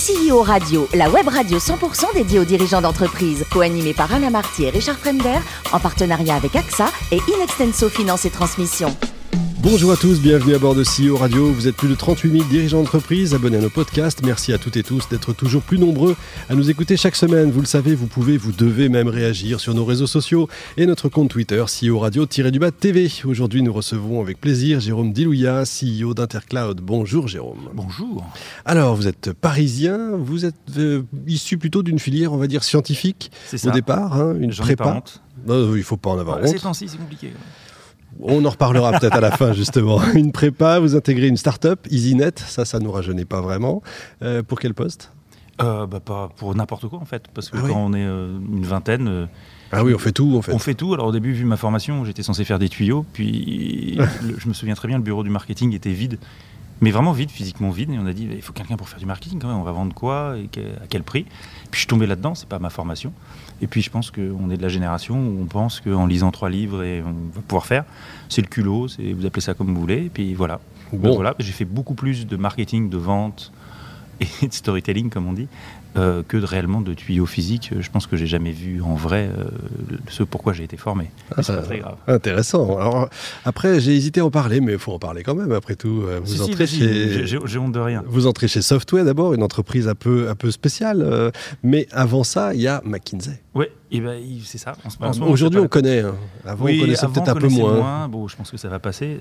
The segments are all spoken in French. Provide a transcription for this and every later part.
CEO Radio, la web radio 100% dédiée aux dirigeants d'entreprise, co-animée par Alain Marty et Richard Fremder, en partenariat avec AXA et Inextenso Finance et Transmission. Bonjour à tous, bienvenue à bord de CEO Radio. Vous êtes plus de 38 000 dirigeants d'entreprise, abonnés à nos podcasts. Merci à toutes et tous d'être toujours plus nombreux à nous écouter chaque semaine. Vous le savez, vous pouvez, vous devez même réagir sur nos réseaux sociaux et notre compte Twitter, CEO Radio-TV. Aujourd'hui, nous recevons avec plaisir Jérôme Dilouya, CEO d'Intercloud. Bonjour Jérôme. Bonjour. Alors, vous êtes parisien, vous êtes issu plutôt d'une filière, on va dire, scientifique au départ, une J'en prépa. ai pas honte. Non, il ne faut pas en avoir honte. Ces temps-ci, c'est compliqué. On en reparlera peut-être à la fin, justement. Une prépa, vous intégrez une start-up, EasyNet, ça nous rajeunit pas vraiment. Pour quel poste ? Pas pour n'importe quoi, en fait. Parce que quand on est une vingtaine... Ah oui, on fait tout, en fait. On fait tout. Alors, au début, vu ma formation, j'étais censé faire des tuyaux. Puis, je me souviens très bien, le bureau du marketing était vide. Mais vraiment vide, physiquement vide. Et on a dit, il faut quelqu'un pour faire du marketing, quand même. On va vendre quoi et à quel prix ? Puis, je suis tombé là-dedans, c'est pas ma formation. Et puis, je pense qu'on est de la génération où on pense qu'en lisant 3 livres, et on va pouvoir faire. C'est le culot, vous appelez ça comme vous voulez. Et puis, voilà. Bon. Voilà. J'ai fait beaucoup plus de marketing, de vente et de storytelling, comme on dit, que réellement de tuyaux physiques. Je pense que j'ai jamais vu en vrai ce pourquoi j'ai été formé. C'est pas très grave. Intéressant. Alors, après, j'ai hésité à en parler, mais il faut en parler quand même, après tout. J'ai honte de rien. Vous entrez chez Softway d'abord, une entreprise un peu spéciale. Mais avant ça, il y y a McKinsey. Oui, c'est ça. Aujourd'hui, on connaît. Avant, on connaissait peut-être un peu moins. Bon, je pense que ça va passer.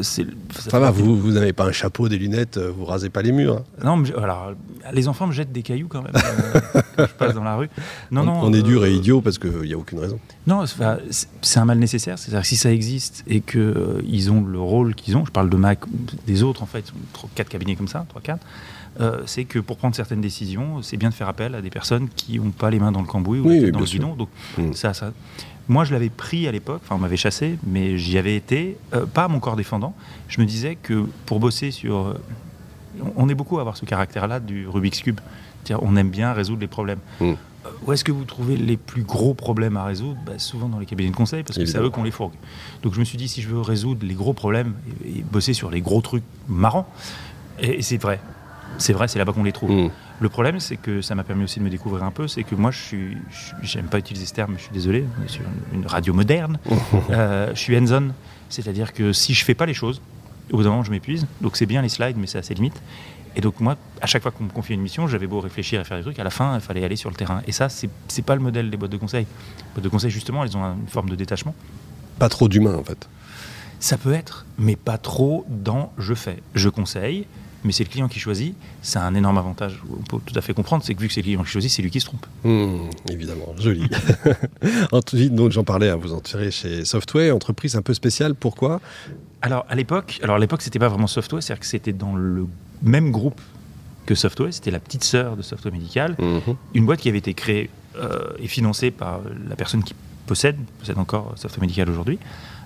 Ça va, vous n'avez pas un chapeau, des lunettes, vous rasez pas les murs. Hein. Non, mais alors, les enfants me jettent des cailloux quand même quand je passe dans la rue. On est dur et idiot parce qu'il n'y a aucune raison. Non, c'est un mal nécessaire. C'est-à-dire que si ça existe et qu'ils ont le rôle qu'ils ont, je parle de Mac, des autres en fait, 4 cabinets comme ça, 3-4, c'est que pour prendre certaines décisions, c'est bien de faire appel à des personnes qui n'ont pas les mains dans le cambouis ou la tête dans le guidon. Donc, ça. Moi, je l'avais pris à l'époque, on m'avait chassé, mais j'y avais été, pas à mon corps défendant. Je me disais que pour bosser sur... on est beaucoup à avoir ce caractère-là du Rubik's Cube. C'est-à-dire, on aime bien résoudre les problèmes. Où est-ce que vous trouvez les plus gros problèmes à résoudre ? Souvent dans les cabinets de conseil, parce que c'est à eux qu'on les fourgue. Donc je me suis dit, si je veux résoudre les gros problèmes et bosser sur les gros trucs marrants, et c'est vrai, c'est là-bas qu'on les trouve. Le problème, c'est que ça m'a permis aussi de me découvrir un peu, c'est que moi, j'aime pas utiliser ce terme, mais je suis désolé, on est sur une radio moderne, je suis hands-on, c'est-à-dire que si je fais pas les choses, au bout d'un moment, je m'épuise, donc c'est bien les slides, mais c'est à ses limites. Et donc moi, à chaque fois qu'on me confiait une mission, j'avais beau réfléchir et faire des trucs, à la fin, il fallait aller sur le terrain. Et ça, c'est pas le modèle des boîtes de conseil. Les boîtes de conseil, justement, elles ont une forme de détachement. Pas trop d'humain, en fait. Ça peut être, mais pas trop dans « je fais ». Je conseille, mais c'est le client qui choisit. C'est un énorme avantage, on peut tout à fait comprendre, c'est que vu que c'est le client qui choisit, c'est lui qui se trompe. Évidemment, joli. Ensuite, donc j'en parlais, vous entrez chez Softway, entreprise un peu spéciale, pourquoi ? Alors à l'époque, c'était pas vraiment Softway, c'est-à-dire que c'était dans le même groupe que Softway, c'était la petite sœur de Softway Médical, une boîte qui avait été créée et financée par la personne qui possède encore Softway Médical aujourd'hui,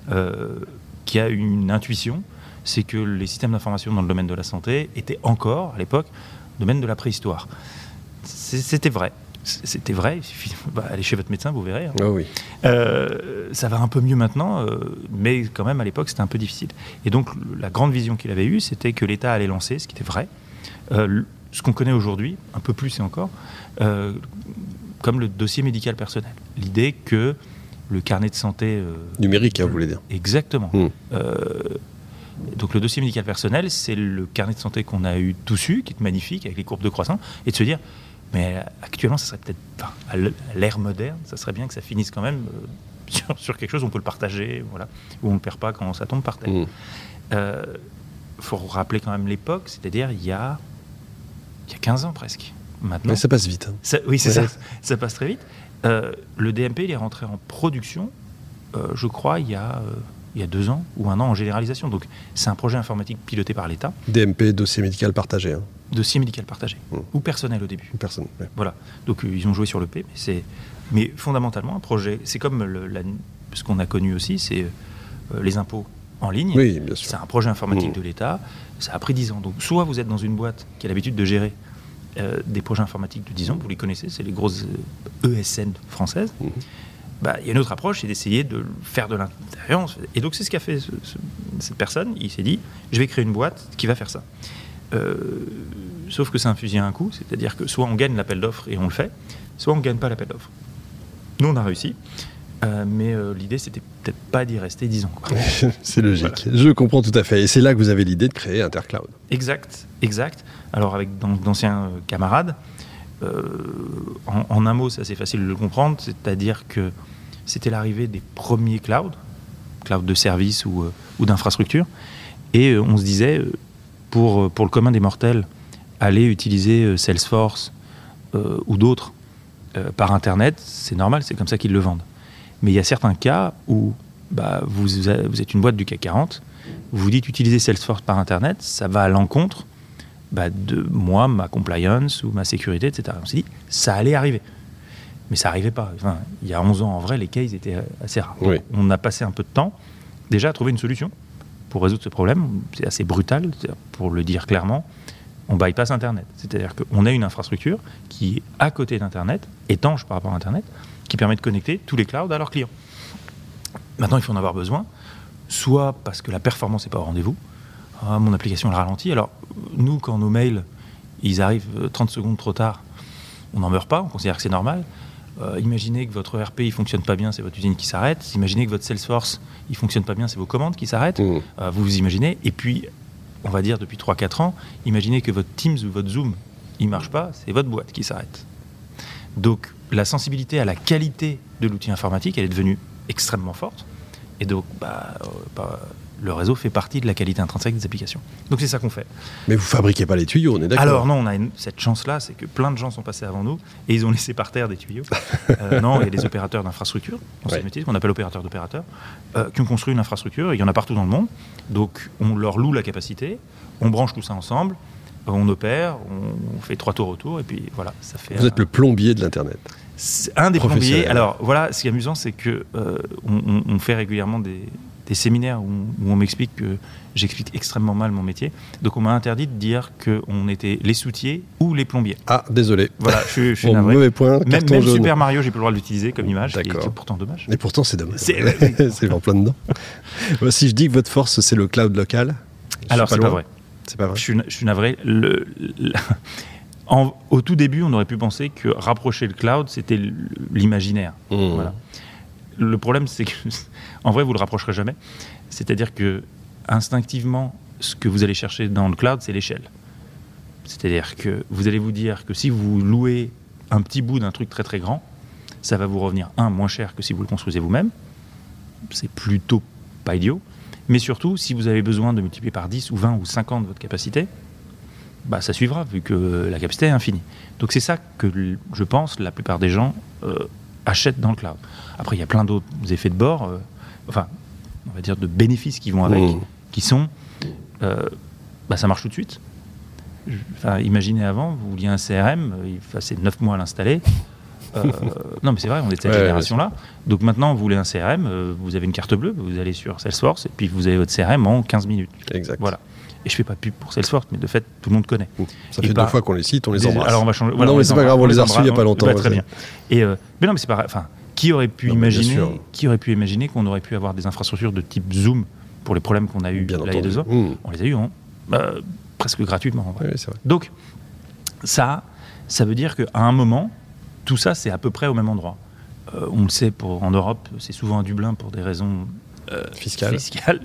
qui a une intuition, c'est que les systèmes d'information dans le domaine de la santé étaient encore, à l'époque, domaine de la préhistoire. C'était vrai. Il suffit aller chez votre médecin, vous verrez. Oh oui. Ça va un peu mieux maintenant, mais quand même à l'époque c'était un peu difficile. Et donc la grande vision qu'il avait eue, c'était que l'État allait lancer, ce qui était vrai, ce qu'on connaît aujourd'hui, un peu plus et encore, comme le dossier médical personnel. L'idée que le carnet de santé... numérique, vous voulez dire. Exactement. Donc le dossier médical personnel, c'est le carnet de santé qu'on a tous eu, qui est magnifique, avec les courbes de croissance, et de se dire... Mais actuellement, ça serait peut-être, à l'ère moderne, ça serait bien que ça finisse quand même sur quelque chose où on peut le partager, voilà, où on ne le perd pas quand ça tombe par terre. Faut rappeler quand même l'époque, c'est-à-dire il y a 15 ans presque. Maintenant, mais ça passe vite. C'est ça, ça passe très vite. Le DMP, il est rentré en production, je crois, il y a 2 ans ou 1 an en généralisation. Donc c'est un projet informatique piloté par l'État. DMP, dossier médical partagé. Dossier médical partagé, ou personnel au début. Personnel, ouais. Voilà. Donc ils ont joué sur le P, mais fondamentalement un projet, c'est comme ce qu'on a connu aussi, c'est les impôts en ligne. Oui, bien sûr. C'est un projet informatique de l'État, ça a pris 10 ans. Donc soit vous êtes dans une boîte qui a l'habitude de gérer des projets informatiques de 10 ans, vous les connaissez, c'est les grosses ESN françaises. Il y a une autre approche, c'est d'essayer de faire de l'intérieur. Et donc c'est ce qu'a fait cette personne, il s'est dit, je vais créer une boîte qui va faire ça. Sauf que c'est un fusil à un coup, c'est-à-dire que soit on gagne l'appel d'offres et on le fait, soit on ne gagne pas l'appel d'offres. Nous, on a réussi, mais l'idée, c'était peut-être pas d'y rester 10 ans. Quoi. C'est logique, je comprends tout à fait. Et c'est là que vous avez l'idée de créer Intercloud. Exact. Alors, avec d'anciens camarades, en un mot, c'est assez facile de le comprendre, c'est-à-dire que c'était l'arrivée des premiers clouds de services ou d'infrastructures, et on se disait, pour le commun des mortels, aller utiliser Salesforce ou d'autres par Internet, c'est normal, c'est comme ça qu'ils le vendent. Mais il y a certains cas où vous êtes une boîte du CAC 40, vous dites utiliser Salesforce par Internet, ça va à l'encontre de moi, ma compliance ou ma sécurité, etc. On s'est dit, ça allait arriver. Mais ça n'arrivait pas. Enfin, il y a 11 ans, en vrai, les cases étaient assez rares. Oui. On a passé un peu de temps déjà à trouver une solution pour résoudre ce problème. C'est assez brutal, pour le dire clairement. On bypass Internet. C'est-à-dire qu'on a une infrastructure qui est à côté d'Internet, étanche par rapport à Internet, qui permet de connecter tous les clouds à leurs clients. Maintenant, il faut en avoir besoin, soit parce que la performance n'est pas au rendez-vous. Ah, mon application elle ralentit. Alors, nous, quand nos mails, ils arrivent 30 secondes trop tard, on n'en meurt pas, on considère que c'est normal. Imaginez que votre ERP ne fonctionne pas bien, c'est votre usine qui s'arrête. Imaginez que votre Salesforce ne fonctionne pas bien, c'est vos commandes qui s'arrêtent. Vous imaginez. Et puis, on va dire depuis 3-4 ans, imaginez que votre Teams ou votre Zoom, il ne marche pas, c'est votre boîte qui s'arrête. Donc, la sensibilité à la qualité de l'outil informatique, elle est devenue extrêmement forte. Et donc, le réseau fait partie de la qualité intrinsèque des applications. Donc, c'est ça qu'on fait. Mais vous ne fabriquez pas les tuyaux, on est d'accord? Alors non, on a cette chance-là, c'est que plein de gens sont passés avant nous et ils ont laissé par terre des tuyaux. Non, il y a des opérateurs d'infrastructure, dans ce métier, qu'on appelle opérateurs d'opérateurs, qui ont construit une infrastructure, et il y en a partout dans le monde. Donc, on leur loue la capacité, on branche tout ça ensemble, on opère, on fait 3 tours autour, et puis voilà, ça fait... Vous êtes le plombier de l'Internet. C'est un des plombiers. Alors voilà, ce qui est amusant, c'est que on fait régulièrement des séminaires où on m'explique que j'explique extrêmement mal mon métier. Donc on m'a interdit de dire qu'on était les soutiers ou les plombiers. Ah, désolé. Voilà, je suis navré. Mauvais point, même jaune. Super Mario, j'ai plus le droit de l'utiliser comme image, D'accord. qui est pourtant dommage. Et pourtant, c'est dommage. C'est en plein dedans. Si je dis que votre force, c'est le cloud local, alors c'est pas vrai. C'est pas vrai. Je suis navré. Au tout début, on aurait pu penser que rapprocher le cloud, c'était l'imaginaire. Voilà. Le problème, c'est que, en vrai, vous ne le rapprocherez jamais. C'est-à-dire que, instinctivement, ce que vous allez chercher dans le cloud, c'est l'échelle. C'est-à-dire que vous allez vous dire que si vous louez un petit bout d'un truc très très grand, ça va vous revenir, moins cher que si vous le construisez vous-même. C'est plutôt pas idiot. Mais surtout, si vous avez besoin de multiplier par 10 ou 20 ou 50 votre capacité, ça suivra, vu que la capacité est infinie. Donc c'est ça que, je pense, la plupart des gens achètent dans le cloud. Après, il y a plein d'autres effets de bord, on va dire de bénéfices qui vont avec, qui sont, ça marche tout de suite. Imaginez avant, vous vouliez un CRM, il passait 9 mois à l'installer. Non, mais c'est vrai, on est de cette génération-là. Donc maintenant, vous voulez un CRM, vous avez une carte bleue, vous allez sur Salesforce, et puis vous avez votre CRM en 15 minutes. Exact. Voilà. Et je ne fais pas de pub pour Salesforce, mais de fait, tout le monde connaît. Ça fait 2 fois qu'on les cite, on les embrasse. Alors on va changer. Non, mais c'est pas grave, on les a reçus il n'y a pas longtemps. Très bien. Mais non, mais c'est pas. Qui aurait pu imaginer qu'on aurait pu avoir des infrastructures de type Zoom pour les problèmes qu'on a eu il y a 2 ans? On les a eu presque gratuitement. En vrai. Oui, c'est vrai. Donc ça veut dire qu'à un moment, tout ça, c'est à peu près au même endroit. On le sait, en Europe, c'est souvent à Dublin pour des raisons fiscales.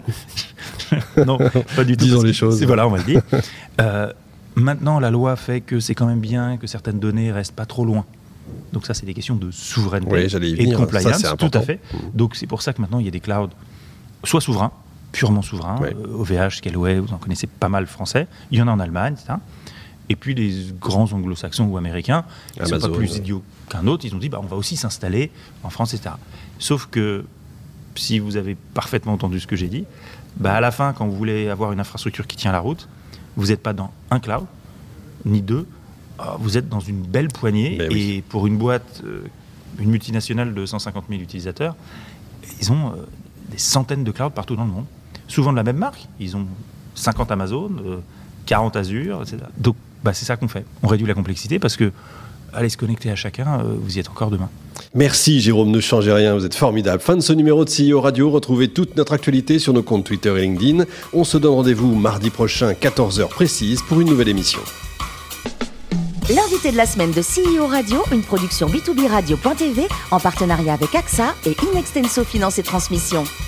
Non, pas du tout. Disons les choses. Voilà, on va le dire. Maintenant, la loi fait que c'est quand même bien que certaines données restent pas trop loin. Donc ça, c'est des questions de souveraineté et de compliance. Ça, c'est important. Tout à fait. Donc c'est pour ça que maintenant, il y a des clouds soit souverains, purement souverains, OVH, Scaleway, vous en connaissez pas mal français. Il y en a en Allemagne, etc. Et puis les grands anglo-saxons ou américains, ils ne sont pas plus idiots qu'un autre, ils ont dit on va aussi s'installer en France, etc. Sauf que, si vous avez parfaitement entendu ce que j'ai dit, à la fin, quand vous voulez avoir une infrastructure qui tient la route, vous n'êtes pas dans un cloud, ni 2, vous êtes dans une belle poignée. Et pour une boîte, une multinationale de 150 000 utilisateurs, ils ont des centaines de clouds partout dans le monde. Souvent de la même marque. Ils ont 50 Amazon, 40 Azure, etc. Donc, c'est ça qu'on fait. On réduit la complexité parce que allez se connecter à chacun, vous y êtes encore demain. Merci Jérôme, ne changez rien, vous êtes formidable. Fin de ce numéro de CEO Radio, retrouvez toute notre actualité sur nos comptes Twitter et LinkedIn. On se donne rendez-vous mardi prochain, 14h précise, pour une nouvelle émission. L'invité de la semaine de CEO Radio, une production B2B Radio.tv en partenariat avec AXA et Inextenso Finance et Transmission.